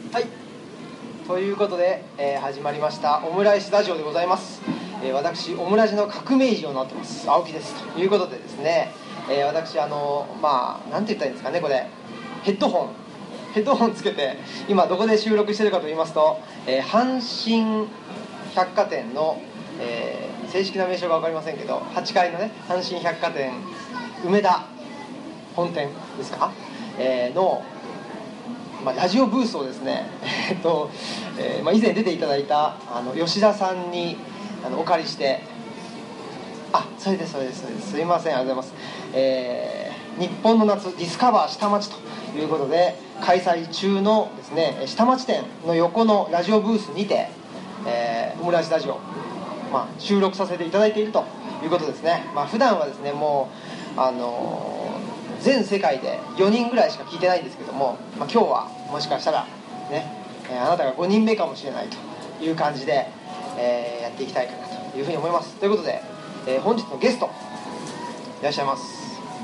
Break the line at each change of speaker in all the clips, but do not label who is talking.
はい、ということで、始まりましたオムライスラジオでございます。私オムラジの革命児をなってます青木です。ということでですね、私なんて言ったらいいんですかね、これヘッドホンつけて今どこで収録してるかと言いますと、阪神百貨店の、正式な名称が分かりませんけど8階のね阪神百貨店梅田本店ですか、のラジオブースをですね以前出ていただいた吉田さんにお借りして、それですすいません、ありがとうございます。日本の夏ディスカバー下町ということで開催中のですね下町店の横のラジオブースにて、オムライスラジオ、収録させていただいているということですね。普段はですねもう全世界で4人ぐらいしか聞いてないんですけども、今日はもしかしたらね、あなたが5人目かもしれないという感じで、やっていきたいかなというふうに思います。ということで、本日のゲストいらっしゃいます。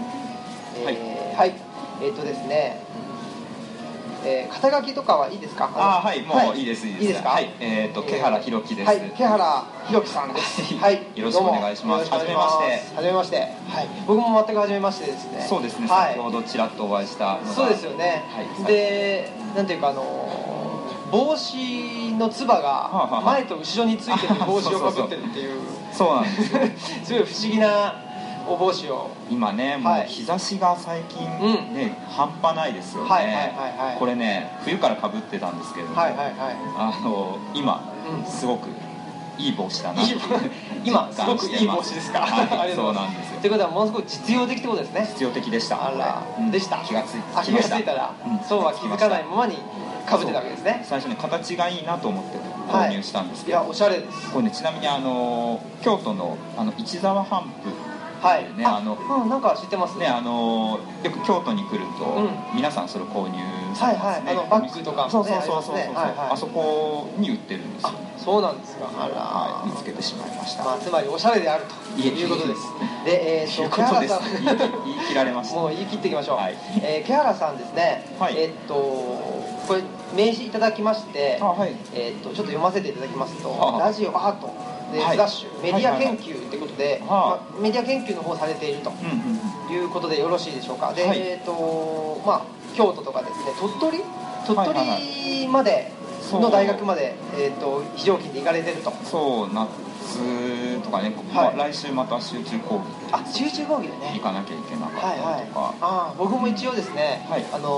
ですね、肩書きとかはいいですか？
もういいです。いいですか？はい、毛原弘樹です。
はい、毛原弘樹さんです。はい、
よろしくお願いします。はじめまして。
はじめまして。はい、僕も全くはじめましてですね。
そうですね。先ほどちらっとお会いしたのが。
そうですよね。で、なんていうか帽子のつばが前と後ろについてる帽子をかぶってるっていう。
そうなんですよ。
すごい不思議なお帽子を
今ね、もう日差しが最近ね、半端ないですよね。これね、冬からかぶってたんですけども、今すごくいい帽子だな。
今すごくいい帽子ですか？
そうなんですよ。
ということはものすごく実用的ってことですね。
実用的でした。
でした。
気がつ
いたら、そうは気づかないままにかぶってたわけですね。
最初に形がいいなと思って購入したんですけど、
いやおしゃれです。
これね、ちなみに京都の市沢帆布ね、
なんか知ってますね。
よく京都に来ると、皆さんそれを購入されますね。
バッグとか
そうあそこに売ってるんですよね。
そうなんですか。
見つけてしまいました。
つまりおしゃれであるということです。
で、木原さん言い切られました。
もう言い切っていきましょう。木原さんですね。これ名刺いただきまして、ちょっと読ませていただきますと、ラジオアートでスラッシュメディア研究ということで、メディア研究の方をされているということでよろしいでしょうか。で、京都とかですね、鳥取までの大学まで非常勤で行かれてると。
そう、夏とかね、来週また集中講義
集中講義でね
行かなきゃいけなかったりとか、
僕も一応ですね、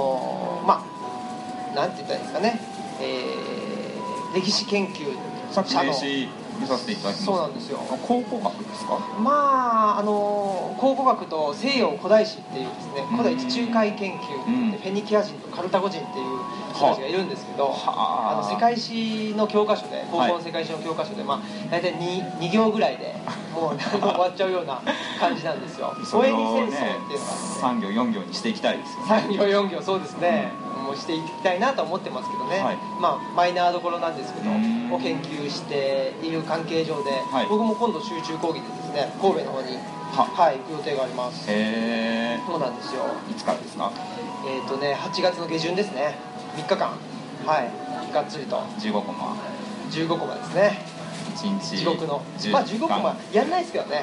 なんて言ったらいいんですかね、歴史研究
さっき名刺見させていただきました。
そうなんですよ。
考古学ですか？
考古学と西洋古代史っていうですね、古代地中海研究ってフェニキア人とカルタゴ人っていう人たちがいるんですけど、世界史の教科書で、高校の世界史の教科書で、大体 2行ぐらいでもう終わっちゃうような感じなんですよ。
それをね、3行4行にしていきたいですよね。
3行4行、そうですね、もうしていきたいなと思ってますけどね。マイナーどころなんですけどを研究している関係上で、僕も今度集中講義でですね神戸の方に行く予定があります。そうなんですよ。
いつからですか
？8月の下旬ですね。3日間がっつりと
15コマ
ですね。
1日
地獄の15コマやんないですけどね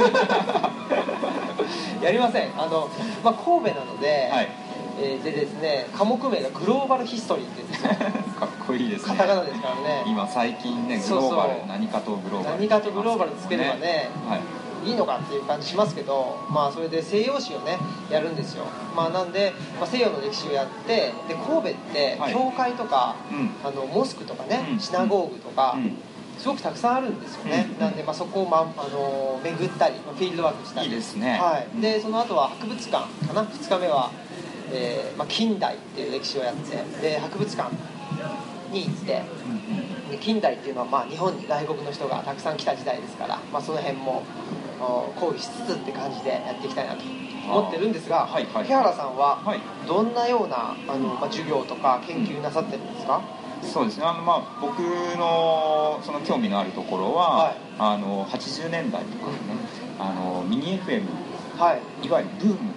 やりません。神戸なので、でですね、科目名がグローバルヒストリーって言うんですよ
かっこいいですね。
カタカナですからね。
今最近ね、グローバル、何かとグローバルつければね、いいのかっていう感じしますけど、それで西洋史をねやるんですよ。なんで、西洋の歴史をやって、で神戸って教会とか、モスクとかね、シナゴーグとか、すごくたくさんあるんですよね。なんで、そこを、巡ったりフィールドワークしたり。 いいですね。
でその後は博物館かな。2日目は、近代っていう歴史をやって、で博物館に行って、で近代っていうのは日本に外国の人がたくさん来た時代ですから、その辺も講義しつつって感じでやっていきたいなと思ってるんですが、木原さんはどんなような授業とか研究なさってるんですか？
そうですね、僕のその興味のあるところは、80年代とかね、ミニ FM、いわゆるブームが起こ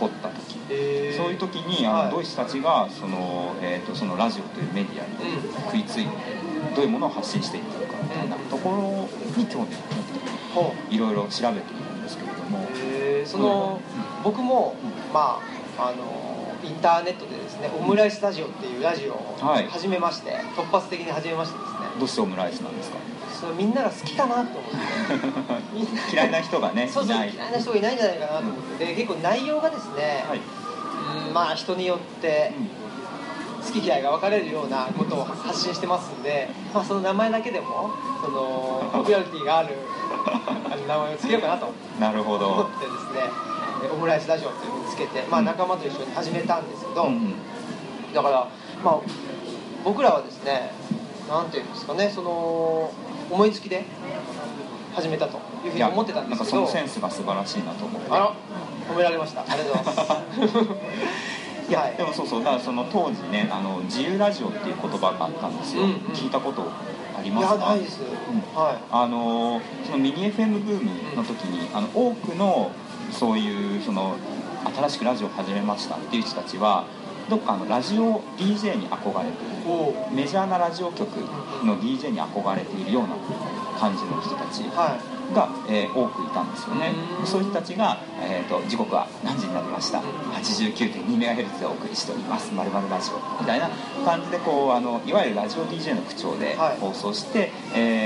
こった時、そういう時にドイツたちがそのラジオというメディアに食いついてどういうものを発信していったのかみたいなところに興味を持っていろいろ調べているんですけれども、
僕もインターネットでですねオムライスラジオっていうラジオを始めまして、突発的に始めましてですね。
どうしてオムライスなんですか？
みんなが好きかなと思って
嫌いな人がね
そう嫌いな人がいないんじゃないかなと思ってで結構内容がですね、人によって好き嫌いが分かれるようなことを発信してますんで、その名前だけでもそのポピュラリティがある名前をつけようかなと思ってですねオムライスラジオというふうにつけて、仲間と一緒に始めたんですけど、だから僕らはですねなんていうんですかね思いつきで始めたというふうに思ってたんですけど、
なんかそのセンスが素晴らしいなと思って、
褒められました。ありがとうございます
でもそうだからその当時ね自由ラジオっていう言葉があったんですよ、聞いたことありますか？
いやないです、
そのミニ FM ブームの時に多くのそういう新しくラジオを始めましたっていう人たちはどっかラジオ DJ に憧れているメジャーなラジオ局の DJ に憧れているような感じの人たちが、多くいたんですよね。そういう人たちが、時刻は何時になりました 89.2MHz でお送りしております〇〇ラジオみたいな感じでいわゆるラジオ DJ の口調で放送して、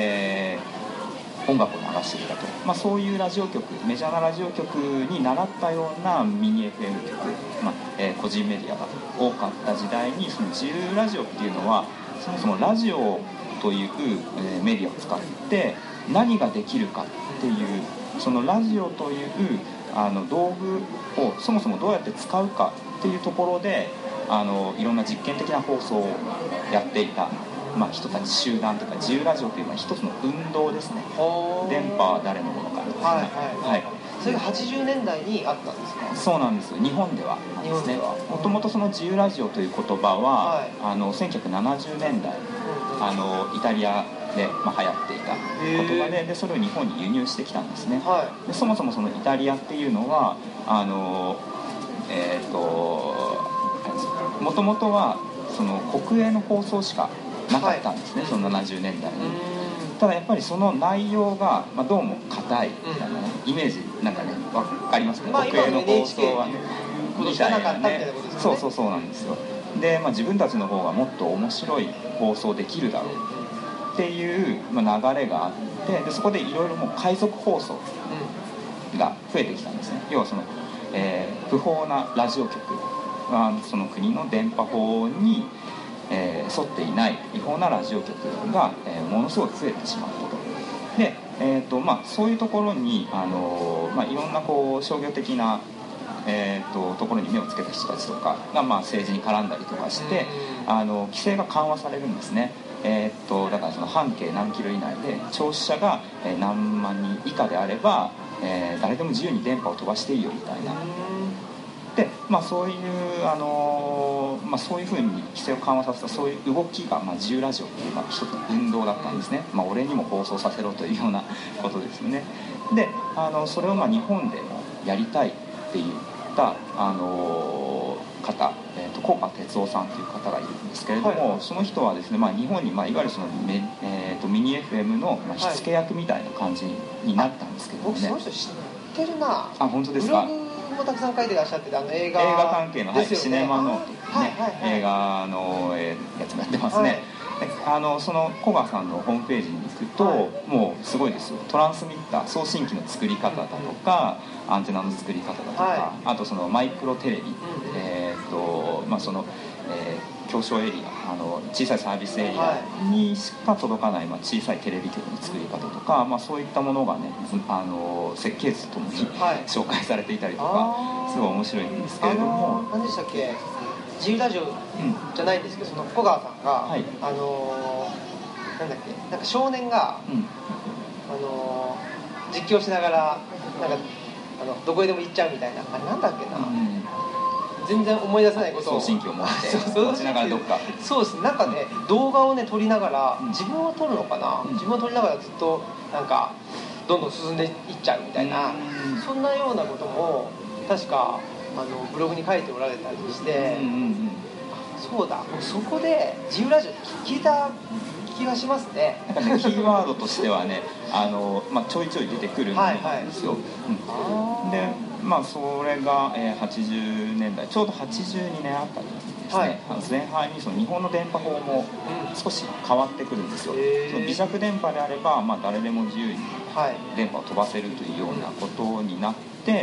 音楽を流していたと、そういうラジオ局メジャーなラジオ局に習ったようなミニ FM 局、個人メディアが多かった時代にその自由ラジオっていうのはそもそもラジオという、メディアを使って何ができるかっていうそのラジオという道具をそもそもどうやって使うかっていうところでいろんな実験的な放送をやっていた人たち集団というか自由ラジオというのは一つの運動ですね。電波は誰のものかみたいな、
それが80年代にあったんですか？
そうなんです。日本ではですね。もともとその自由ラジオという言葉は、1970年代イタリアで、流行っていた言葉でそれを日本に輸入してきたんですね。でそもそもそのイタリアっていうのはもともとはその国営の放送しかなかったんですね、その70年代に。ただやっぱりその内容が、どうも硬いみたいな、イメージなんかね分かりますね、国営の放送はねみたいなね。そうなんですよ。で、自分たちの方がもっと面白い放送できるだろうっていう、流れがあってでそこでいろいろもう海賊放送が増えてきたんですね。要はその、不法なラジオ局はその国の電波法に沿っていない違法なラジオ局が、ものすごく増えてしまったと。で、そういうところにいろんな商業的な、ところに目をつけた人たちとかが、政治に絡んだりとかして規制が緩和されるんですね。だからその半径何キロ以内で聴取者が何万人以下であれば、誰でも自由に電波を飛ばしていいよみたいな。でそういうそういうふうに規制を緩和させたそういう動きが、自由ラジオっていう一つの運動だったんですね。俺にも放送させろというようなことですよね。でそれを日本でもやりたいって言った方、高架哲夫さんという方がいるんですけれども、その人はですね、日本に、いわゆるそのミニ FM の火付け役みたいな感じになったんですけどもね。
僕その人知ってるな。
本当ですか？
もたくさん書いてらっしゃって映画
関係の、シネマノートっていうね、映画のやつもやってますね。その古賀さんのホームページに行くと、もうすごいですよ。トランスミッター送信機の作り方だとか、アンテナの作り方だとか、あとそのマイクロテレビ、その狭小エリア小さいサービスエリアにしか届かない小さいテレビ局の作り方とか、そういったものがね設計図ともに紹介されていたりとか、すごい面白いんですけれども、
何でしたっけ、自由ラジオじゃないんですけど、その小川さんが、なんだっけ、なんか少年が、実況しながらなんかどこへでも行っちゃうみたいな、あれなんだっけな、全然思い出せないことを
送信機を持って持ちながらどっか
そうですね、なんかね動画をね撮りながら、自分を撮るのかな、自分を撮りながらずっとなんかどんどん進んでいっちゃうみたいな、そんなようなことも確かブログに書いておられたりして、そうだ、そこで自由ラジオ聞いた気がしますね。
なんかね、キーワードとしてはねちょいちょい出てくるんですよ。でそれが、80年代ちょうど82年あたりですね、前半にその日本の電波法も少し変わってくるんですよ。その微弱電波であれば、誰でも自由に電波を飛ばせるというようなことになって、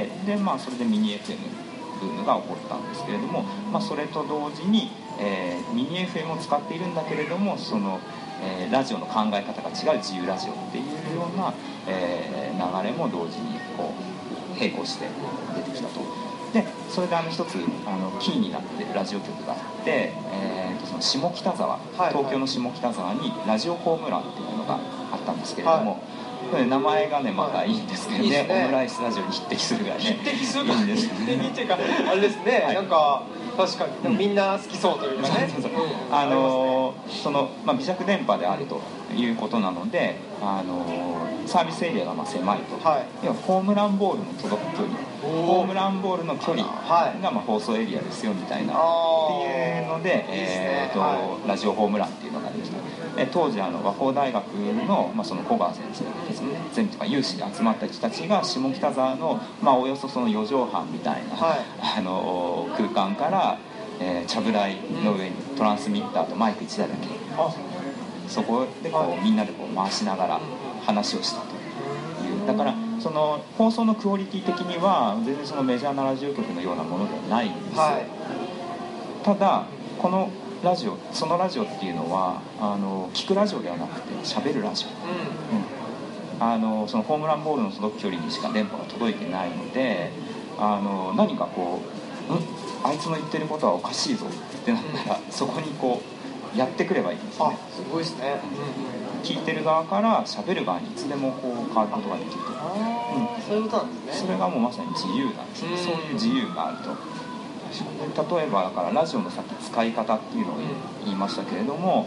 でそれでミニ FM ブームが起こったんですけれども、それと同時に、ミニ FM を使っているんだけれども、その、ラジオの考え方が違う自由ラジオっていうような、流れも同時にこう並行して出てきたと。でそれで一つキーになっているラジオ局があって、その下北沢、東京の下北沢にラジオホームランっていうのがあったんですけれども、これ名前がねまたいいんですけどね、オムライスラジオに匹敵するぐらいね、
匹敵するいいんですよね。匹敵っていうかあれですね、なんか確かにみんな好きそうというかね、
その微弱電波であるということなので、サービスエリアが狭いと、要はホームランボールの届く距離、ホームランボールの距離が放送エリアですよみたいなっていうので、ラジオホームランっていうのができた。当時和光大学の、その小川先生ですね、全部とか有志で集まった人たちが下北沢の、およそその4畳半みたいな、空間から、ちゃぶ台の上にトランスミッターとマイク1台だけ、そこでこうみんなでこう回しながら話をしたという。だからその放送のクオリティ的には全然そのメジャーなラジオ局のようなものではないんですよ。ただこのラジオ、そのラジオっていうのは聞くラジオではなくて喋るラジオ、そのホームランボールの届く距離にしか電波が届いてないので、何かこうあいつの言ってることはおかしいぞってなったら、そこにこうやってくればいいんですよね。
すごいですね。
聞いてる側から喋る側にいつでもこう変わることができると。
そういうことなんですね。
それがもうまさに自由なんですね。そういう自由があると。例えばだからラジオのさっき使い方っていうのを言いましたけれども、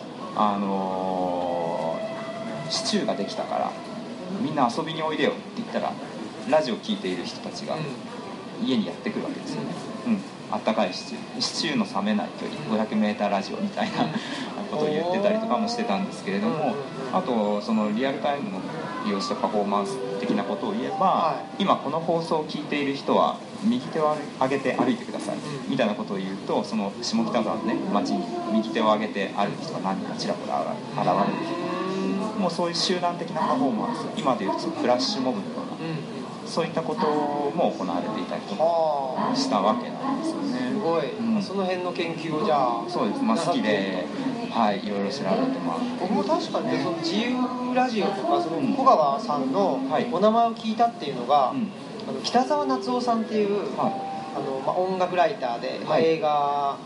シチューができたからみんな遊びにおいでよって言ったら、ラジオを聞いている人たちが家にやってくるわけですよね。あったかいシチューの冷めない距離 500m ラジオみたいなことを言ってたりとかもしてたんですけれども、あとそのリアルタイムの利用したパフォーマンス的なことを言えば、今この放送を聞いている人は右手を上げて歩いてくださいみたいなことを言うと、その下北沢のね街に右手を上げて歩く人が何人かちらほら現れる。もうそういう集団的なパフォーマンス、今でいうとそのフラッシュモブのような、そういったことも行われていたりとかしたわけなんですよね。
すごい、その辺の研究をじゃあ
そうです、好きで、いろいろ調べてます。
僕も確かにその自由ラジオとかその小川さんのお名前を聞いたっていうのが、北澤夏夫さんっていう、音楽ライターで、映画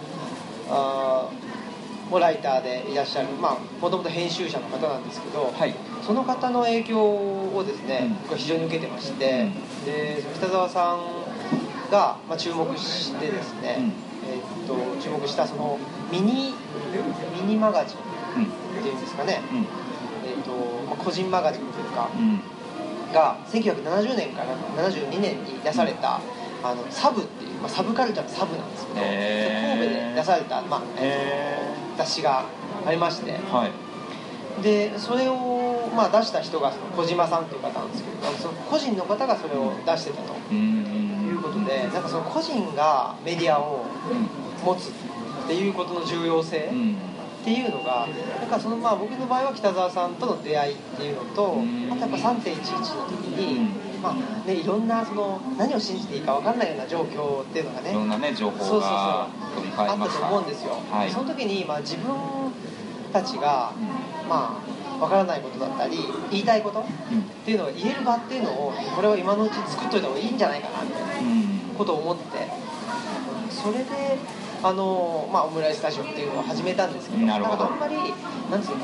ライターでいらっしゃる、もともと編集者の方なんですけど、その方の影響をですね、非常に受けてまして、で北澤さんが、注目してですね、注目したそのミニマガジンっていうんですかね、個人マガジンというか、が1970年から72年に出された、サブっていう、サブカルチャーのサブなんですけど、神戸で出された、雑誌がありまして、でそれを、出した人がその小島さんという方なんですけど、その個人の方がそれを出してたということで、なんかその個人がメディアを持つっていうことの重要性っていうのが、なんかその僕の場合は北澤さんとの出会いっていうのと、あとやっぱ 3.11 の時に、いろんなその何を信じていいか分からないような状況っていうのがね、
いろんなね情報が飛び交いました。
あったと思うんですよ。その時に自分たちが分からないことだったり言いたいことっていうのを言える場っていうのを、これを今のうち作っといた方がいいんじゃないかなみたいなことを思って、それでオムライススタジオっていうのを始めたんですけど、
なるほど。
あんまりなんつうか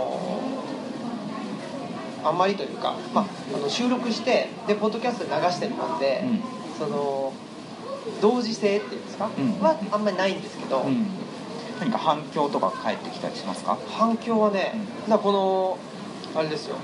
あんまりというか、収録してでポッドキャストで流してるもんで、その同時性っていうんですか、はあんまりないんですけど、
何か反響とか返ってきたりしますか？
反響はね、このあれですよ、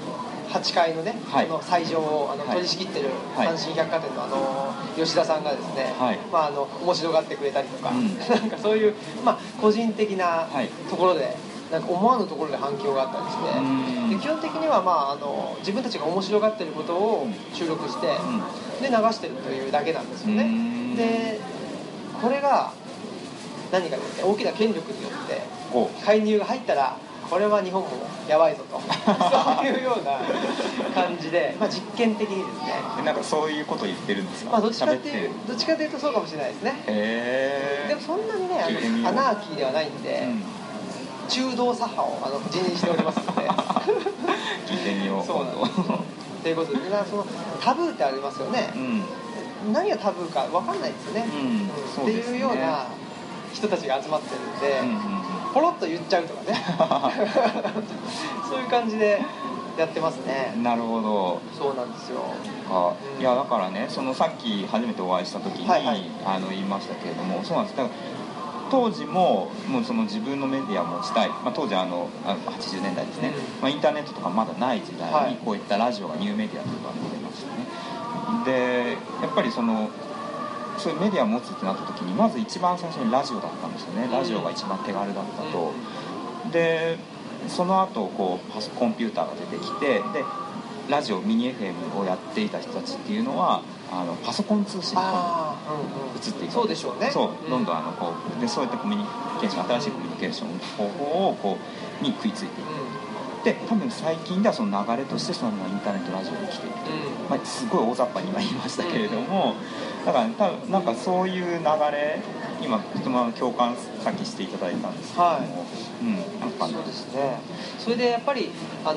8階のね、
はい、
最上を取り仕切ってる阪神百貨店の吉田さんがですね、はい、面白がってくれたりとか、なんかそういう、個人的なところで、なんか思わぬところで反響があったりして、で基本的には、自分たちが面白がってることを収録して、で流してるというだけなんですよね。でこれが何かですね、大きな権力によって介入が入ったら、これは日本もやばいぞとそういうような感じで、実験的にですね、
なんかそういうことを言ってるんですか。
どっちかというとそうかもしれないですね。でもそんなにねアナーキーではないんで、中道左派を辞任しておりますので
聞いてみよう。
そうなんですよ。ということで、そのタブーってありますよね、何がタブーか分かんないですよね、っていうような人たちが集まってるんで、ポロッと言っちゃうとかねそういう感じでやってますね。
なるほど。
そうなんですよ。
いやだからね、そのさっき初めてお会いした時に、言いましたけれども、そうなんです。だから当時もうその自分のメディアを持ちたい、当時80年代ですね、インターネットとかまだない時代にこういったラジオがニューメディアと呼ばれてましたね。でやっぱりそういうメディアを持つってなった時に、まず一番最初にラジオだったんですよね。ラジオが一番手軽だったと。でその後コンピューターが出てきて、でラジオミニ FM をやっていた人たちっていうのはパソコン通信に移っていく。
そうでしょうね。
そうどんどんでそういったコミュニケーション、新しいコミュニケーション方法をに食いついていく。で多分最近ではその流れとしてそのインターネットラジオに来ていると、すごい大雑把に今言いましたけれども、だから多分なんかそういう流れ、今とても共感さっきしていただいたんですけども、なんか
そうですね。それでやっぱり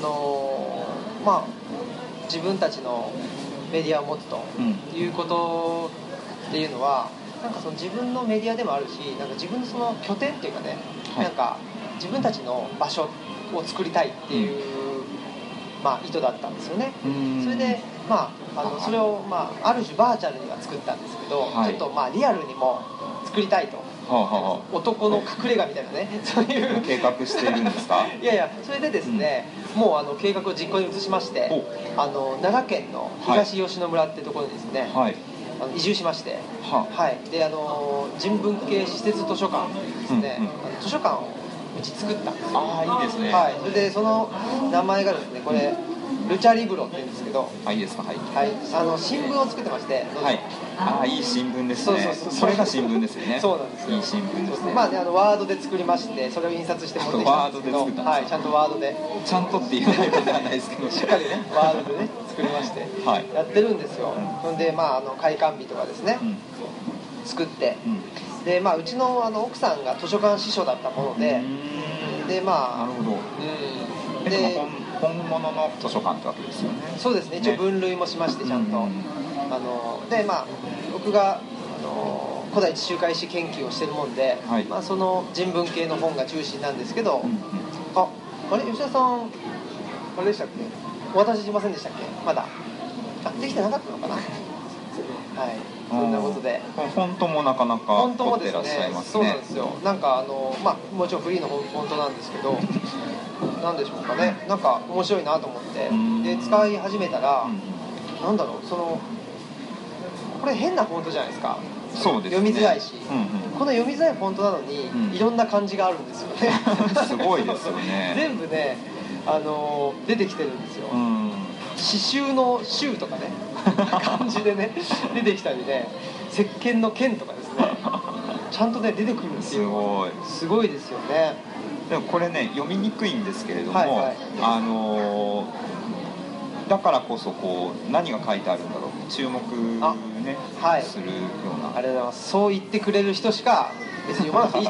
自分たちのメディアを持つということっていうのは、なんかその自分のメディアでもあるし、なんか自分のその拠点っていうかね、なんか自分たちの場所を作りたいっていう、意図だったんですよね。それでそれをある種バーチャルには作ったんですけど、ちょっとリアルにも作りたいと。男の隠れ家みたいなね、そういう
計画しているんですか。
いやそれでですね、もう計画を実行に移しまして、奈良県の東吉野村ってところにですね、移住しまして、で人文系施設図書館ですね、図書館をうち作ったんですよ。
いいですね。
それでその名前がですね、これルチャリブロって言うんですけど、
いいですか。
新聞を作ってまして、
いい新聞ですね。それが新聞ですよね。
そうなんですよ。
いい新聞ですね。
ワードで作りまして、それを印刷して持ってきたんですけど、ちゃんとワードで、
ちゃんとっていうことではないですけど、
しっかりねワードでね作りましてやってるんですよ。そんで開館日とかですね、作って、でうちの奥さんが図書館司書だったもので、で
なるほど。で本物の図書館ってわけですよね。
そうですね。一応分類もしまして、ちゃんとで僕が古代地中海史研究をしてるもんで、その人文系の本が中心なんですけど、あれ吉田さんあれでしたっけ、お渡ししませんでしたっけ。まだできてなかったのかな。そんなことで
フォントもなかなか凝ってらっしゃいますね。
そうなんですよ。なんかもちろんフリーのフォントなんですけどなんでしょうかね、なんか面白いなと思って、で使い始めたら、なんだろう、これ変なフォントじゃないですか。
そうですね、
読みづらいし、この読みづらいフォントなのに、いろんな漢字があるんですよね
すごいですよね
全部ね、出てきてるんですよ。刺繍の繍とかね漢字でね出てきたりね、石鹸の剣とかですねちゃんとね出てくるんですよ。すごいですよね。
でもこれね読みにくいんですけれども、だからこそ何が書いてあるんだろう、注目ねするような。
ありがとうございます。そう言ってくれる人しか別に読まなくていい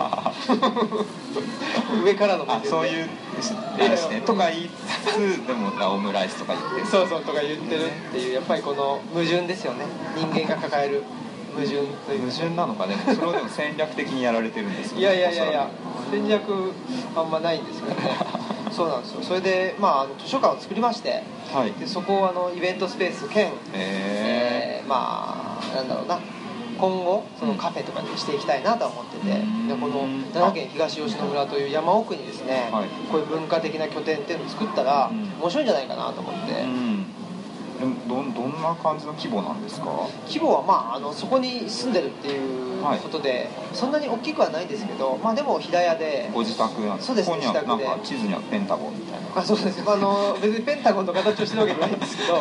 上からの目線で
そういうとか言いつつ、でもオムライスとか言ってる、
そうとか言ってるっていう、やっぱりこの矛盾ですよね。人間が抱える矛盾という
矛盾なのかね。それをでも戦略的にやられてるんですよね。
いや戦略あんまないんですけどねそうなんですよ。それで図書館を作りまして、でそこをイベントスペース兼、なんだろうな、 今後そのカフェとかにしていきたいなとは思ってて、でこの奈良県東吉野村という山奥にですね、こういう文化的な拠点っていうのを作ったら面白いんじゃないかなと思って、
どんな感じの規模なんですか？
規模はそこに住んでるっていうことで、そんなに大きくはないんですけど、でも平屋で
ご自宅なんです。
そうですね、
自宅で。なんか地図にはペンタゴンみたいな。
そうです。別にペンタゴンの形をしてるわけじゃないんですけど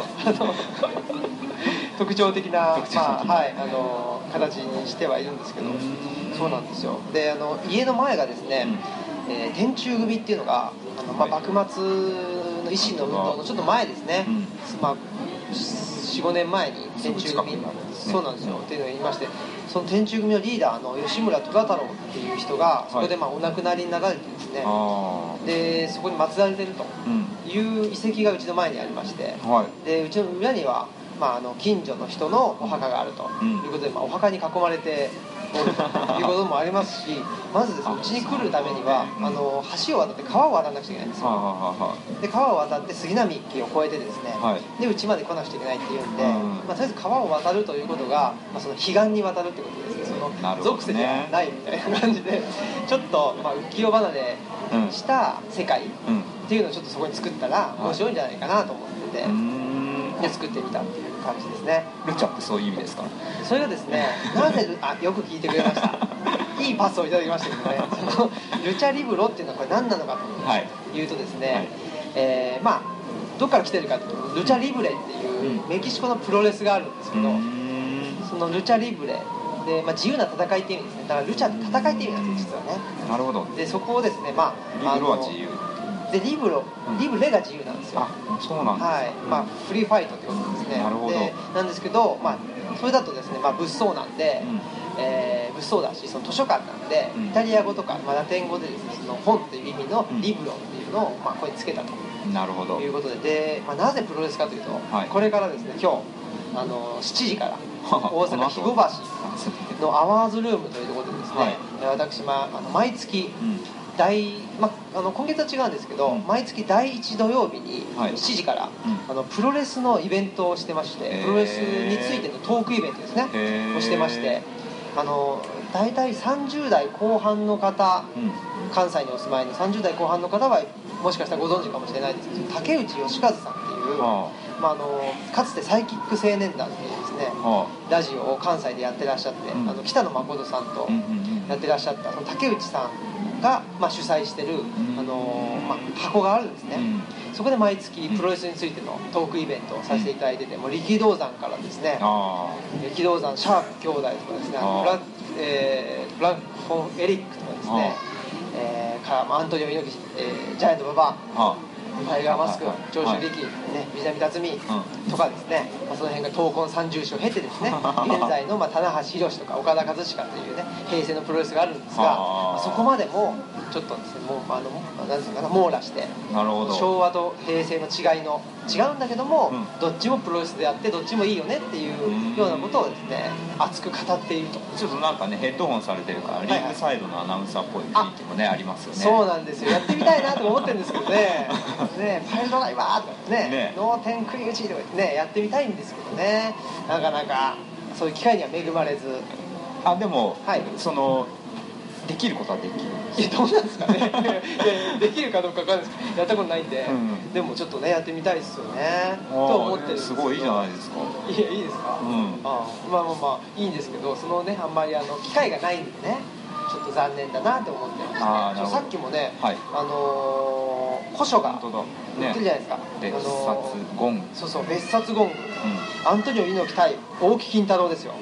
特徴的な形にしてはいるんですけど、そうなんですよ。で家の前がですね、天中組っていうのが幕末の維新の運動のちょっと前ですね、4、5年前に天中組、そうなんですよ、っていうのが言いまして、その天中組のリーダーの吉村虎太郎っていう人がそこでお亡くなりになられてですね、でそこに祀られてるという遺跡がうちの前にありまして、でうちの裏には近所の人のお墓があるということで、お墓に囲まれておるということもありますし、まずですね、うちに来るためには橋を渡って川を渡らなくちゃいけないんですよ。で川を渡って杉並木を越えてですね、でうちまで来なくちゃいけないっていうんで、とりあえず川を渡るということが、その彼岸に渡るってことですね。その属性ではないみたいな感じで、ちょっと浮世離れした世界っていうのをちょっとそこに作ったら面白いんじゃないかなと思ってて、で作ってみたっていう感じですね。
ルチャってそういう意味ですか？
それがですね、なぜよく聞いてくれましたいいパスをいただきましたけどね、そのルチャリブロっていうのはこれ何なのかというとですね、どっから来てるかというと、ルチャリブレっていうメキシコのプロレスがあるんですけど、そのルチャリブレで、自由な戦いっていう意味ですね。だからルチャって戦いっていう意味なんですよ、実はね。
なるほど。
でそこをですね、
リブロは自由
でリブレが自由なんですよ。
そうなんです
か。フリーファイトってことですね。
なるほど。
なんですけど、それだとですね、物騒なんで、物騒だし、その図書館なんで、イタリア語とか、ラテン語でですね、その本っていう意味のリブロっていうのをここにつけたということで、なぜプロレスかというと、これからですね、今日7時から大阪肥後橋のアワーズルームというところでですね、私毎月今月は違うんですけど、毎月第1土曜日に7時から、プロレスのイベントをしてまして、プロレスについてのトークイベントですねをしてまして、大体30代後半の方、関西にお住まいの30代後半の方はもしかしたらご存知かもしれないですけど、竹内義和さんっていう、かつてサイキック青年団っていうですね、ラジオを関西でやってらっしゃって、北野誠さんとやってらっしゃったその竹内さんが、主催してる、箱があるんですね、そこで毎月プロレスについてのトークイベントをさせていただいてて、もう力道山からですね、力道山シャープ兄弟とかですね、ブランク・フォン・エリックとかですね、アントニオ猪木、ジャイアント馬場、タイガーマスク、長州力、藤波辰巳とかですね、その辺が闘魂三重士を経てですね、現在の棚橋宏とか岡田和親というね、平成のプロレスがあるんですが、そこまでもちょっとですね、もうなんていうかな、網羅して、昭和と平成の違うんだけども、どっちもプロレスであってどっちもいいよねっていうようなことをですね、熱く語っていると。
ちょっとなんかね、ヘッドホンされてるからリングサイドのアナウンサーっぽい雰囲気もね、ありますよね。
そうなんですよ、やってみたいなと思ってるんですけどねパイルドライバーとかね、脳天食い打ちとかね、やってみたいんですけどね、なかなかそういう機会には恵まれず。
でも、そのできることはできる。
いや、どうなんですかねできるかどうか分かんないですけど、やったことないんで、でもちょっとね、やってみたいですよねと思ってるんです。
すごいいいじゃないですか。
いや、いいですか。いいんですけど、そのね、あんまり機会がないんでね、ちょっと残念だなと思ってまして、さっきもね、古書が売ってるじゃないですか。
別冊ゴング。
そうそう、別冊ゴング、アントニオ猪木対大木金太郎ですよ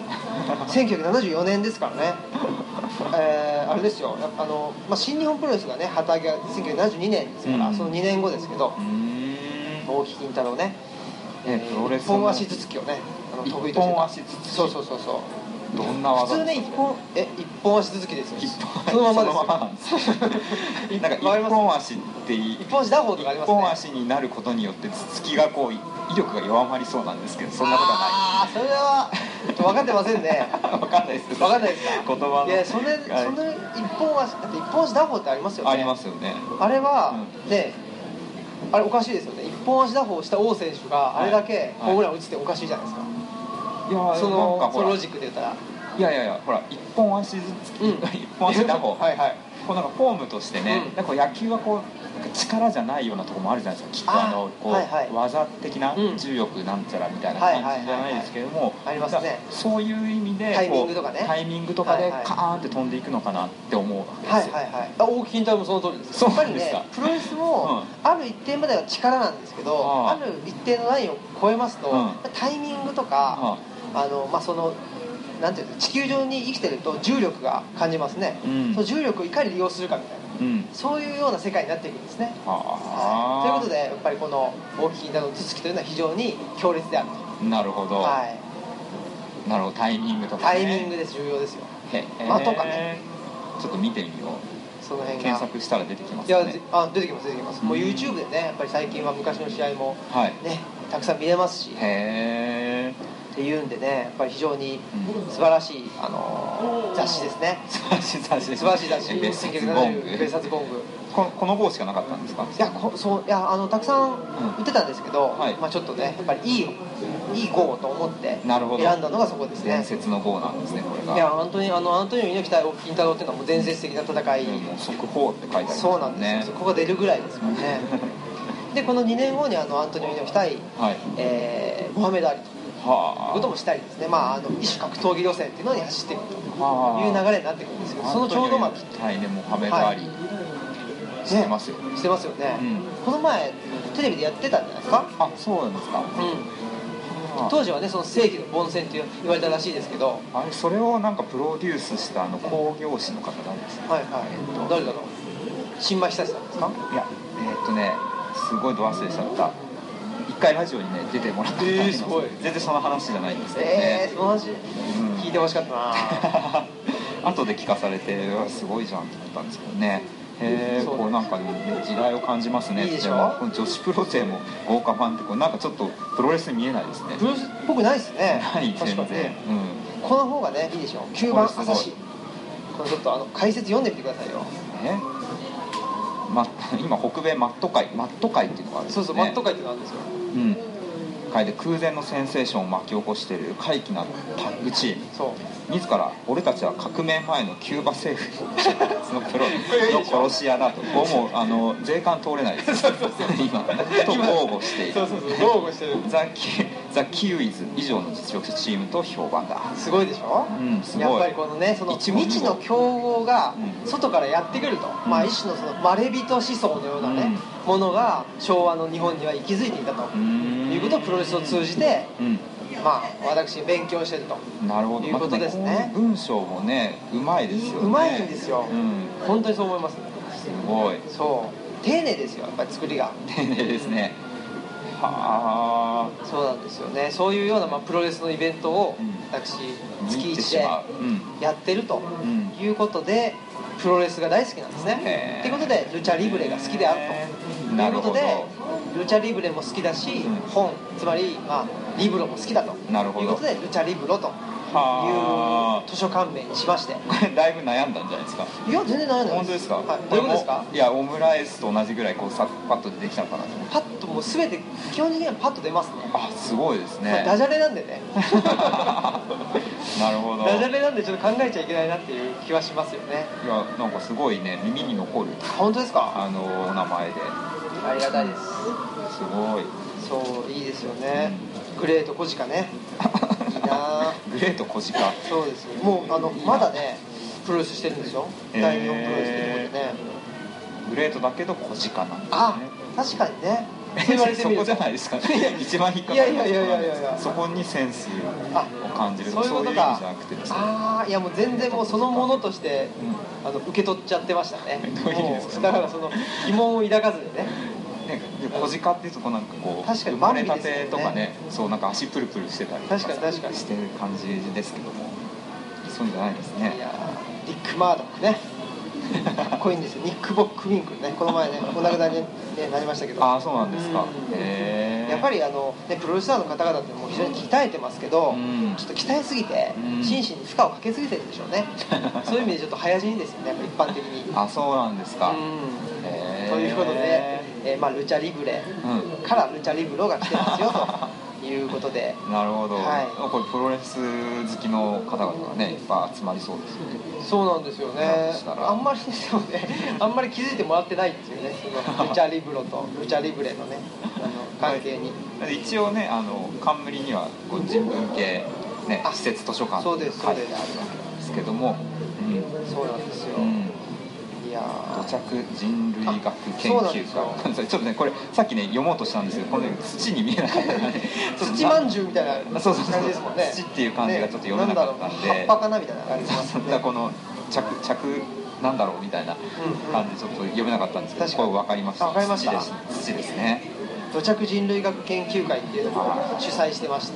1974年ですからねあれですよ、新日本プロレスがね旗揚げが1972年ですから、その2年後ですけど、大木金太郎ね、一本足ずつきをね得意としてた。そうどんな技？普通ね、一本足続きですよ。そのままなんです
なんか一本足って
一本足打法とかありますね。
一本足になることによって突きがこう威力が弱まりそうなんですけど、そんなことはない。
それは分かってませんね
分かんないです。
分かんないですか？
言葉の。いや、
その一本足だって一本足打法ってありますよね。
ありますよね。
あれはね、あれおかしいですよね。一本足打法した王選手があれだけホームラン打つっておかしいじゃないですか。そのロジックで言ったら。
いやいやいや、ほら一本足ずつ、一本足打法、
はいはい、
こうなんかフォームとしてね、なんか野球はこう力じゃないようなところもあるじゃないですか、きっとこう、はいはい、技的な重力なんちゃらみたいな感じじゃないですけども、
ありますね、
そういう意味で
タイミングとかね、
タイミングとかでカーンって飛んでいくのかなって思うわけですよ。
はいはいはい、大木金太郎もその通りです。やっぱりね、プロレスもある一定までは力なんですけど、ある一定のラインを超えますと、タイミングとか、そのなんていうの、地球上に生きてると重力が感じますね、その重力をいかに利用するかみたいな、そういうような世界になっていくんですね。ということでやっぱりこの大木金太郎の頭突きというのは非常に強烈であると。
なるほど、
はい、
なるほど、タイミングとか、ね、
タイミングです、重要ですよ。とかね、
ちょっと見てみよう。
その辺が
検索したら出てきますね。
いや、出てきます出てきます、もう YouTube でね、やっぱり最近は昔の試合もね、たくさん見れますし、っていうんでね、やっぱり非常に素晴らしい雑誌ですね。
素晴らしい雑誌です。
素晴らしい雑誌。別冊ゴング。
この号しかなかったんですか？
いや、たくさん売ってたんですけど、まあちょっとね、やっぱりいい号と思って選んだのがそこですね。
伝説の号なんですね、これが。
いや、アントニオ猪木対金太郎っていうのはもう伝説的な戦い。
もう速報って書いてありますね。
そうなんですよ。ここが出るぐらいですからね。でこの2年後にアントニオ猪木対モハメド・アリと。いうこともしたりですね、一種格闘技路線っていうのに走っていくという流れになってくるんですけど、そのちょうど
モハメド・アリしてますよ、
してますよね、この前テレビでやってたんじゃないですか。
あ、そうなんですか。
当時はね、その世紀の凡戦って言われたらしいですけど、
あれ、それをなんかプロデュースした興行師の方なんですか。
誰だろう、新米久志さんですか。
いや、すごいど忘れしちゃった。一回ラジオにね出てもらったんですけど、全然その話じゃないんですけどね。
その話聞いてほしかったな。
後で聞かされてすごいじゃんと思ったんですけどね。こうなんか、ね、時代を感じますね。
いいでしょ。
この女子プロ勢も豪華ファンってこれなんかちょっとプロレスに見えないですね。
プロレスっぽくないですね。
ない全然。
この方がねいいでしょ。9番朝日。これちょっと解説読んでみてくださいよ。
今北米マット界っていうのがあるんですね。
そうそう、マット界っていうのがあるんですよ。
界で空前のセンセーションを巻き起こしている怪奇なタッグチーム。自ら俺たちは革命前のキューバ政府のプロの殺し屋だと、もう税関通れないです今と豪語している。ザ・キウイズ以上の実力チームと評判だ。
すごいでしょ。すごい。やっぱりこのね、その未知の強豪が外からやってくると、一種のそのまれびと思想のようなねものが昭和の日本には息づいていたということをプロレスを通じて私勉強してるということですね。
文章もねうまいですよね。
うまいんですよ、本当にそう思います。
すごい。
そう丁寧ですよ、やっぱり作りが
丁寧ですね。
そうなんですよね。そういうようなプロレスのイベントを私月1でやってるということで、プロレスが大好きなんですね。ということでルチャリブレが好きであるということで、ルチャリブレも好きだし、本つまりリブロも好きだということでルチャリブロという図書館名にしまして。
これだいぶ悩んだんじゃないですか。
いや全然悩んでないです。
本当ですか。
どういうことですか。
いやオムライスと同じぐらいこうパッと出てきたのかなと。
パッともう全て基本的にはパッと出ますね。
すごいですね。
ダジャレなんでね
なるほど。
ダジャレなんでちょっと考えちゃいけないなっていう気はしますよね。
いやなんかすごいね、耳に残る。
本当ですか。
お名前で
ありがたいです。
すごい。
そういいですよね。グレート小鹿ねいいな。
グレート小鹿。
そうですよ。もうまだねプロレスしてるんですよ、大日本プロレスっていうことでね。
グレートだけど小鹿なんですね。
確かにね。
そこじゃないですかね。一番引っかかる。いやそこにセンスを感じる。そういう意味じゃなくてですね。
いやもう全然もうそのものとして受け取っちゃってましたね。
どういう意味ですか。
だからその疑問を抱かずでね。
小鹿っていうとなんかこう生まれたてとかね、そうなんか足プルプルしてたりとかしてる感じですけども、そういうんじゃないですね。
いやリック・マードックねかっこいいんですよ。ニック・ボック・ウィンクルね、この前ねお亡くなりになりましたけど。
そうなんですか。
やっぱりプロレスラーの方々ってもう非常に鍛えてますけど、ちょっと鍛えすぎて心身に負荷をかけすぎてるんでしょうね。そういう意味でちょっと早死にですよね、一般的に。
そうなんですか。
ということで、ルチャリブレからルチャリブロが来てますよということで
なるほど、はい、これプロレス好きの方々がねいっぱい集まりそうですよね。
そうなんですよね。あんまりですよねあんまり気づいてもらってないっていうね、そのルチャリブロとルチャリブレのね関係に、
はい、一応ね冠にはこう人文系、ね、施設図書館
そうですそうです、
あるわけなんですけども、
そうなんですよ、
土着人類学研究会ちょっとねこれさっきね読もうとしたんですけどこの土に見えなかったからね
土まんじゅうみたいな感じですもんね。
土っていう感じがちょっと読めなかったんで、
葉っぱかなみたいな感じですね。
この着なんだろうみたいな感じでちょっと読めなかったんですけど、これ分かりました。
分かりました。
土ですね。
土着人類学研究会っていうのを主催してまして、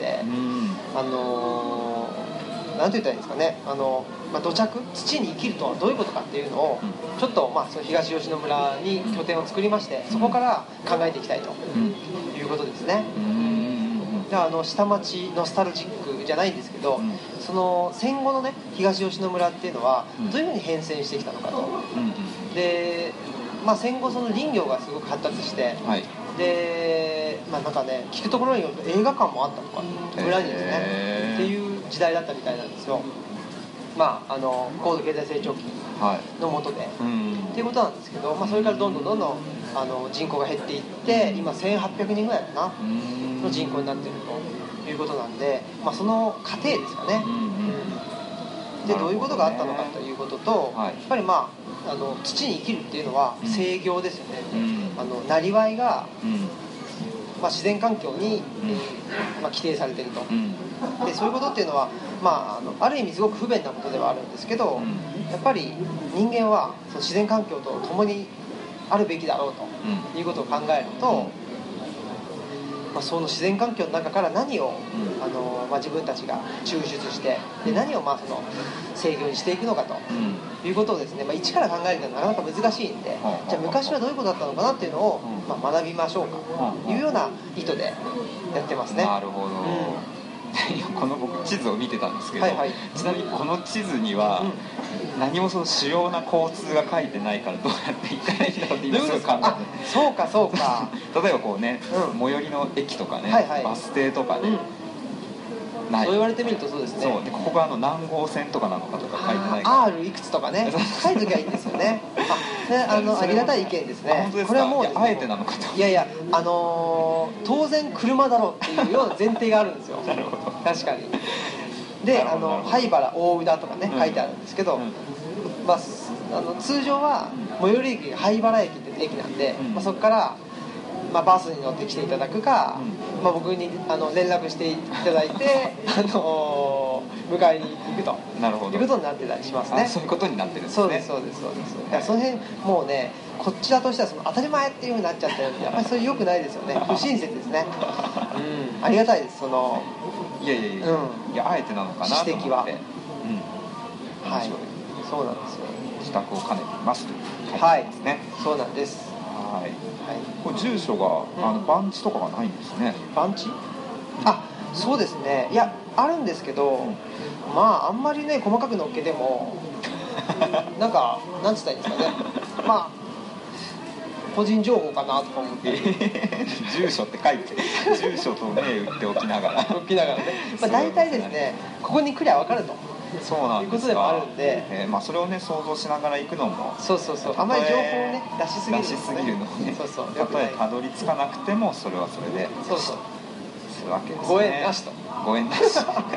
なんて言ったらいいんですかね、土着、土に生きるとはどういうことかっていうのをちょっと、その東吉野村に拠点を作りまして、そこから考えていきたいということですね。で下町ノスタルジックじゃないんですけど、その戦後のね東吉野村っていうのはどういうふうに変遷してきたのかと、で、戦後その林業がすごく発達して、で、なんかね聞くところによると映画館もあったとか村にですねっていう時代だったみたいなんですよ。高度経済成長期の下で、っていうことなんですけど、それからどんどん人口が減っていって今1800人ぐらいかなの人口になっているということなんで、その過程ですかね。でどういうことがあったのかということと、やっぱり土に生きるっていうのは制業ですよね。なりわいが自然環境に規定されていると。でそういうことっていうのは、ある意味すごく不便なことではあるんですけど、やっぱり人間はその自然環境と共にあるべきだろうということを考えると、その自然環境の中から何を、自分たちが抽出してで何をその制御にしていくのかということをですね、一から考えるのはなかなか難しいんで、じゃあ昔はどういうことだったのかなっていうのを、学びましょうかというような意図でやってますね。
なるほど、この僕地図を見てたんですけど、ちなみにこの地図には何もその主要な交通が書いてないからどうやって行ったらいいんだろうって今すごい考えて、
そうか
例えばこうね、最寄りの駅とかね、バス停とかね、ない。
そう言われてみるとそうですね。
そうでここが何号線とかなのかとか書いてないから
R いくつとかね書いときゃいいんですよね。ありがたい意見ですね。
本当ですか。
これはもうですね、
あえてなのかと。
いや当然車だろうっていうような前提があるんですよ。
なるほど、
確かに。で灰原大宇田とかね書いてあるんですけど、通常は最寄り駅が灰原駅って駅なんで、そこからバスに乗って来ていただくか、僕に連絡していただいて迎えに行くということになってたりしますね。
そういうことになってるんですね。
そうです。だからその辺もうねこちらとしてはその当たり前っていうふうになっちゃってるんで、やっぱりそれ良くないですよね。不親切ですね。ありがたいです。
いやあえてなのかなと思って。
指摘は。はい。そうなんですよ。
自宅を兼ねていますと書いてありますね。
そうなんです。
これ住所が番地とかがないんですね。
番地？そうですね。いやあるんですけど、あんまりね細かく載っけてもなんかなんつったらいいんですかね。個人情報かなとか思って、
住所って書いて住所と銘打っておきながら
ね。大体ですねここに来りゃ分かると。
そうなんですか。
いうことでもあるんで、
それをね想像しながら行くのも
あまり情報をね出しすぎるのね。
たとえたどり着かなくてもそれはそれでするわけですね。
ご縁なしと。
ご縁なし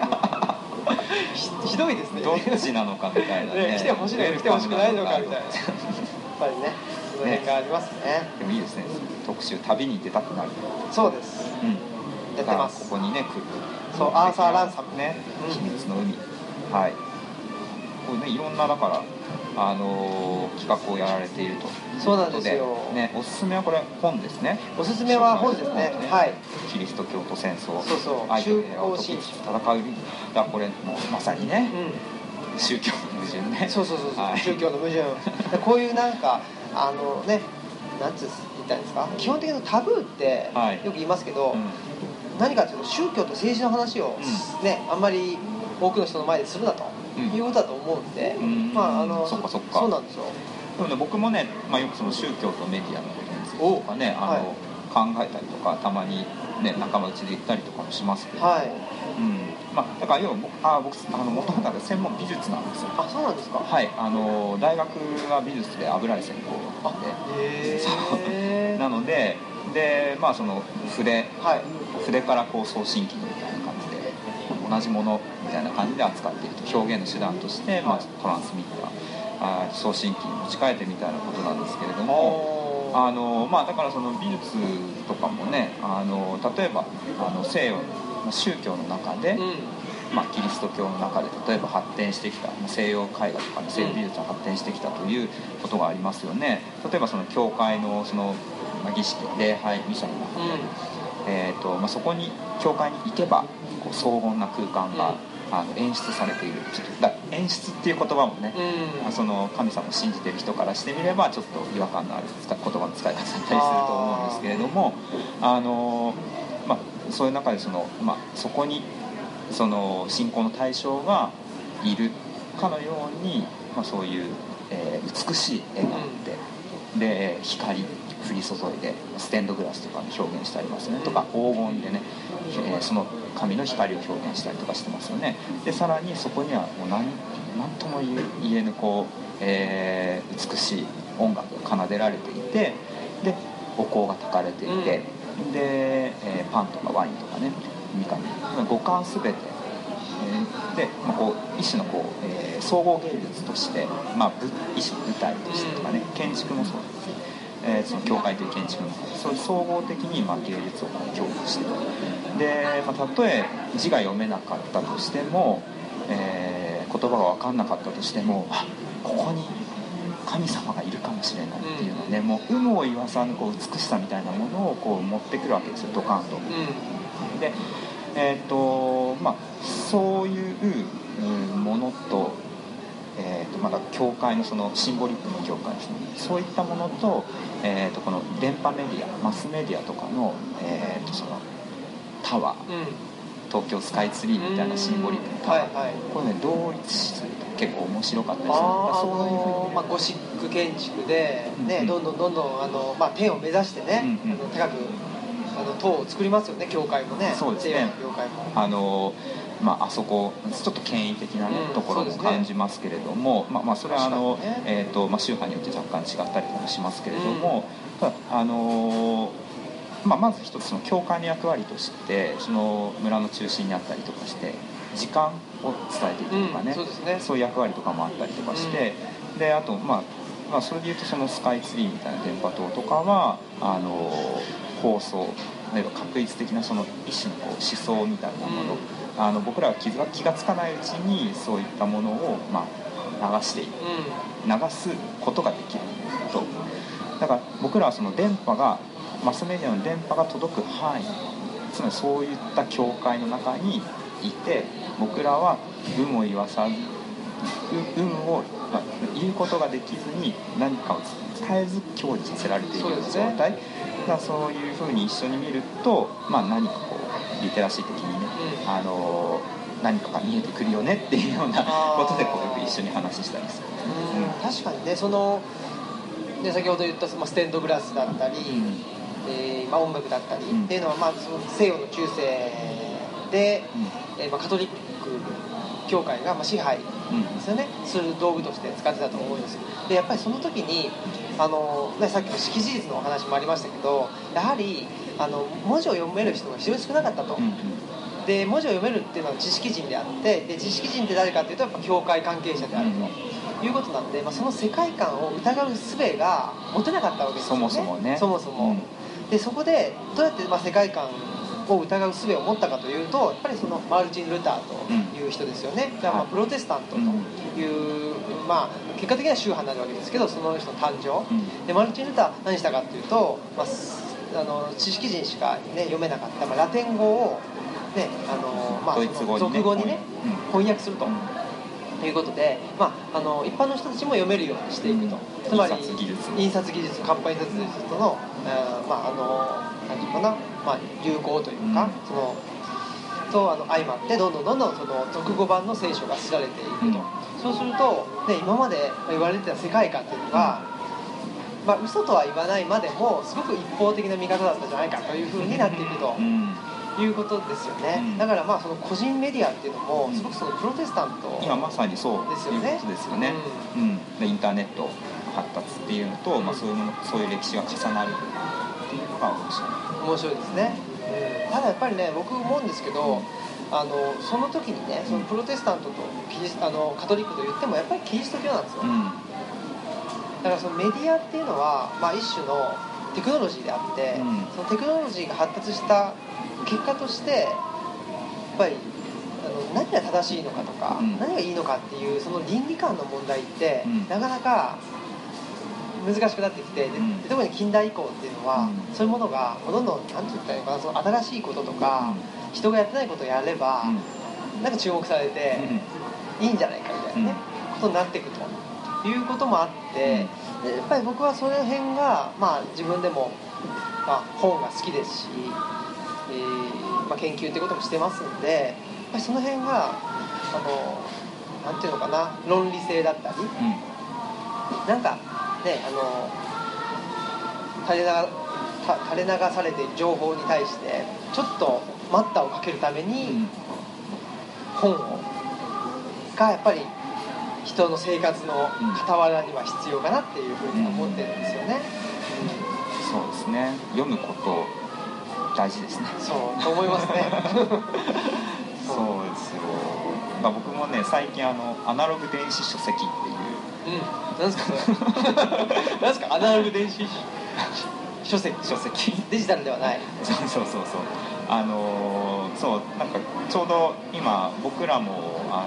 ひどいですね。
どっちなのかみたいなね。
来てほしいのか来てほしくないのかみたいな。やっぱりねその辺がありますね。
でもいいですね。特集旅に出たくなる。
そうです。やってます。
ここにね来る。
そうアーサー・ランサム
ね。秘密の海。これねいろんなだから企画をやられているということで、
そうなんですよ。
おすすめはこれ本ですね。
おすすめは本ですね。
キリスト教と戦争。
愛と平和を戦う。
だこれもまさにね。宗教の矛盾ね。
そう宗教の矛盾。こういうなんかなんつったんですか。基本的にタブーってよく言いますけど、何かというと宗教と政治の話をあんまり多くの人の前でするなということだと思うんで、
そっか
そうなんですよ。
でもね僕もね、よくその宗教とメディアのことについてとかね、 考えたりとかたまに、ね、仲間内で言ったりとかもしますけど、
はい、
だから要は僕もともと専門美術なんですよ。
あ、そうなんですか。
はい、大学は美術で油絵専攻なんで、そうなのでその筆からこう送信機みたいな感じで同じものみたいな感じで扱っていると、表現の手段として、トランスミッター送信機に持ち替えてみたいなことなんですけれども、だからその美術とかもね、例えば西洋の宗教の中で、キリスト教の中で例えば発展してきた西洋絵画とか、西洋美術が発展してきたということがありますよね。例えばその教会のその儀式、礼拝ミサの中で、そこに教会に行けばこう荘厳な空間が、演出されている。演出っていう言葉もね、その神様を信じている人からしてみればちょっと違和感のある言葉の使い方だったりすると思うんですけれども、そういう中でそこにその信仰の対象がいるかのように、そういう、美しい絵があって、で光降り注いでステンドグラスとかで表現してありますよね、とか黄金でね、その神の光を表現したりとかしてますよね。でさらにそこにはもう何とも言えぬこう、美しい音楽が奏でられていて、でお香が焚かれていて、で、パンとかワインとかね、みかん、五感すべて、で、こう一種のこう、総合芸術として、一種の舞台としてとかね、建築もそうです、その教会という建築もそういう総合的に芸術を享受している。で、たとえ字が読めなかったとしても、言葉が分かんなかったとしても、ここに神様がいるかもしれないっていうのはね、もう有無を言わさぬこう美しさみたいなものをこう持ってくるわけですよ、ドカンと。でそういうものと、まだ教会のそのシンボリックの教会ですね、そういったものと、この電波メディア、マスメディアとかの、そのタワー、東京スカイツリーみたいなシンボリックのタワー、これね同一視すると結構面白かったりする。そういうふうに、
ゴシック建築で、ね、どんどん天を目指してね、高く塔を作りますよね、教会もね。
そうですね、
教会も
あそこちょっと権威的な、ところも感じますけれども、それは宗派によって若干違ったりもしますけれども、ただまず一つの教会の役割として、その村の中心にあったりとかして時間を伝えていくとかね、そういう役割とかもあったりとかして、であとそれでいうとそのスカイツリーみたいな電波塔とかは放送、確率的なその一種のこう思想みたいなもの、僕らは気がつかないうちにそういったものを流していく、流すことができると。だから僕らはその電波が、マスメディアの電波が届く範囲、つまりそういった教会の中にいて、僕らは有無を言わさず、有無を言うことができずに何かを伝えず享受させられているような状態、そういうふうに一緒に見ると、何かこうリテラシー的にね、何かが見えてくるよねっていうようなことでこうよく一緒に話したりする。
確かにね、先ほど言ったステンドグラスだったり、音楽だったりっていうのは、その西洋の中世で、カトリック教会が支配ですよね、する道具として使ってたと思うんです。でやっぱりその時にさっきの識字率のお話もありましたけど、やはり文字を読める人が非常に少なかったと。で文字を読めるっていうのは知識人であって、で知識人って誰かっていうとやっぱ教会関係者であるということなんで、その世界観を疑う術が持てなかったわけですよね、そもそも。でそこでどうやって世界観を疑う術を持ったかというと、やっぱりそのマルチン・ルターという人ですよね。プロテスタントという、結果的には宗派になるわけですけど、その人の誕生、でマルチン・ルター何したかというと、知識人しか、読めなかった、ラテン語を、俗語にね、翻訳するということで、一般の人たちも読めるようにしていくと。つまり印刷技術、活版印刷技術とのなんていうかな、流行というか、相まってどんどんその俗語版の聖書が知られていくと。そうすると、今まで言われてた世界観というのがまあ嘘とは言わないまでもすごく一方的な見方だったんじゃないかというふうになっていくということですよね、だからまあその個人メディアっていうのもすごくそのプロテスタント
今まさにそうですよね。ですよね、でインターネット発達っていうのと、まあ、そういう歴史が重なるっていうのが
面白いですね、ただやっぱりね僕思うんですけど、その時にねそのプロテスタントとカトリックと言ってもやっぱりキリスト教なんですよ、だからそのメディアっていうのは、まあ、一種のテクノロジーであって、そのテクノロジーが発達した結果としてやっぱり何が正しいのかとか、何がいいのかっていうその倫理観の問題って、なかなか難しくなってきて、特に近代以降っていうのは、そういうものがどんどん何て言ったらいいのかな、その新しいこととか、人がやってないことをやれば、なんか注目されて、いいんじゃないかみたいなね、ことになっていくということもあって、やっぱり僕はその辺が、まあ、自分でも、まあ、本が好きですし、まあ、研究ってこともしてますんで、やっぱりその辺がなんていうのかな、論理性だったり、なんかね、垂れ流されている情報に対してちょっと待ったをかけるために、本がやっぱり人の生活の傍らには必要かなっていうふうに思ってるんですよね、
そうですね、読むこと大事ですね。
そうと思いますね
そうですよ、まあ、僕もね最近アナログ電子書籍っていう、
なんですかそれなんですかアナログ電子書籍デジタルではない。
そうなんかちょうど今僕らも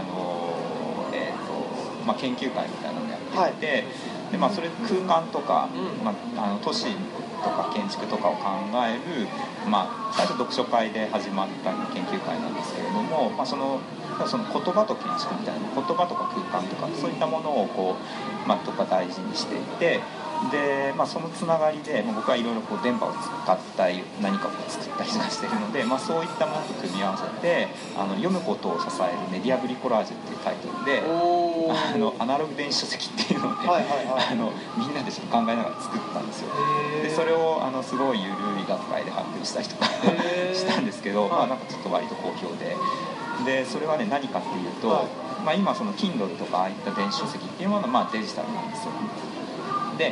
まあ、研究会みたいなのをやっていて、でまあ、それ空間とか、まあ、都市とか建築とかを考える、まあ、最初読書会で始まった研究会なんですけれども、まあ、その言葉と建築みたいな、言葉とか空間とかそういったものをこう、まあ、とか大事にしていて、で、まあ、そのつながりで、まあ、僕はいろいろ電波を使ったり何かを作ったりとかしているので、まあ、そういったものと組み合わせて読むことを支えるメディアブリコラージュっていうタイトルでアナログ電子書籍っていうのをね、みんなでちょっと考えながら作ったんですよ。でそれをすごい緩い学会で発表したりとかしたんですけど、まあ、なんかちょっと割と好評でそれはね何かっていうと、まあ、今その Kindle とかああいった電子書籍っていうものはまあデジタルなんですよ。で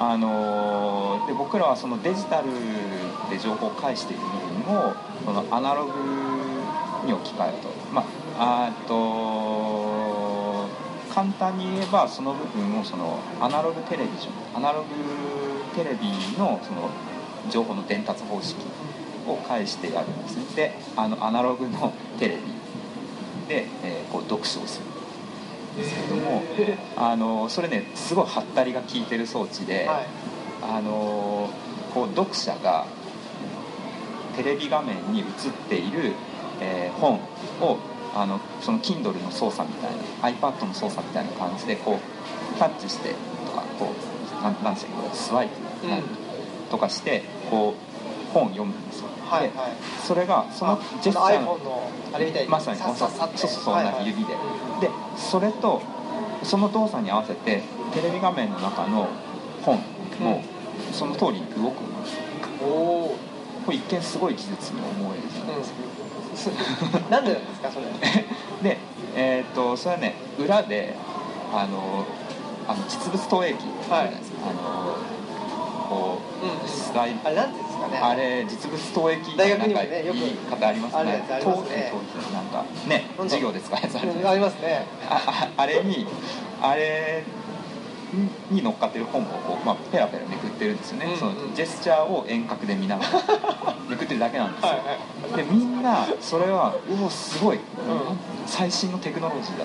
僕らはそのデジタルで情報を返している部分をそのアナログに置き換えると、まあ簡単に言えばその部分をそのアナログテレビのその情報の伝達方式を返してやるんですね。でアナログのテレビで、こう読書をするんですけども、それねすごいハったりが効いてる装置で、こう読者がテレビ画面に映っている、本をその Kindle の操作みたいな iPad の操作みたいな感じでこうタッチしてとかこうなんていうのスワイプとかしてこう本を読むんですよ。でそれがそのジェスチャーの
iPhone のあれみたいに
まさにそう同じ指で、でそれとその動作に合わせてテレビ画面の中の本もその通りに動くんですよ。これ一見すごい技術に思えるじゃないですか。
なんでなんですかそれ
で、それはね裏で実物投影機じゃないですか、こうスライド、
あれなんていうんですかね、
あれ実物投影機
大学にもねよく
言い方ありますね。
ありますね。
なんかね授業で使うやつあるじゃないですか。
ありますね。
あれに乗っかってる本をこう、まあ、ペラペラめくってるんですよね、そのジェスチャーを遠隔で見ながらめくってるだけなんですよ。でみんなそれはすごい、最新のテクノロジーだ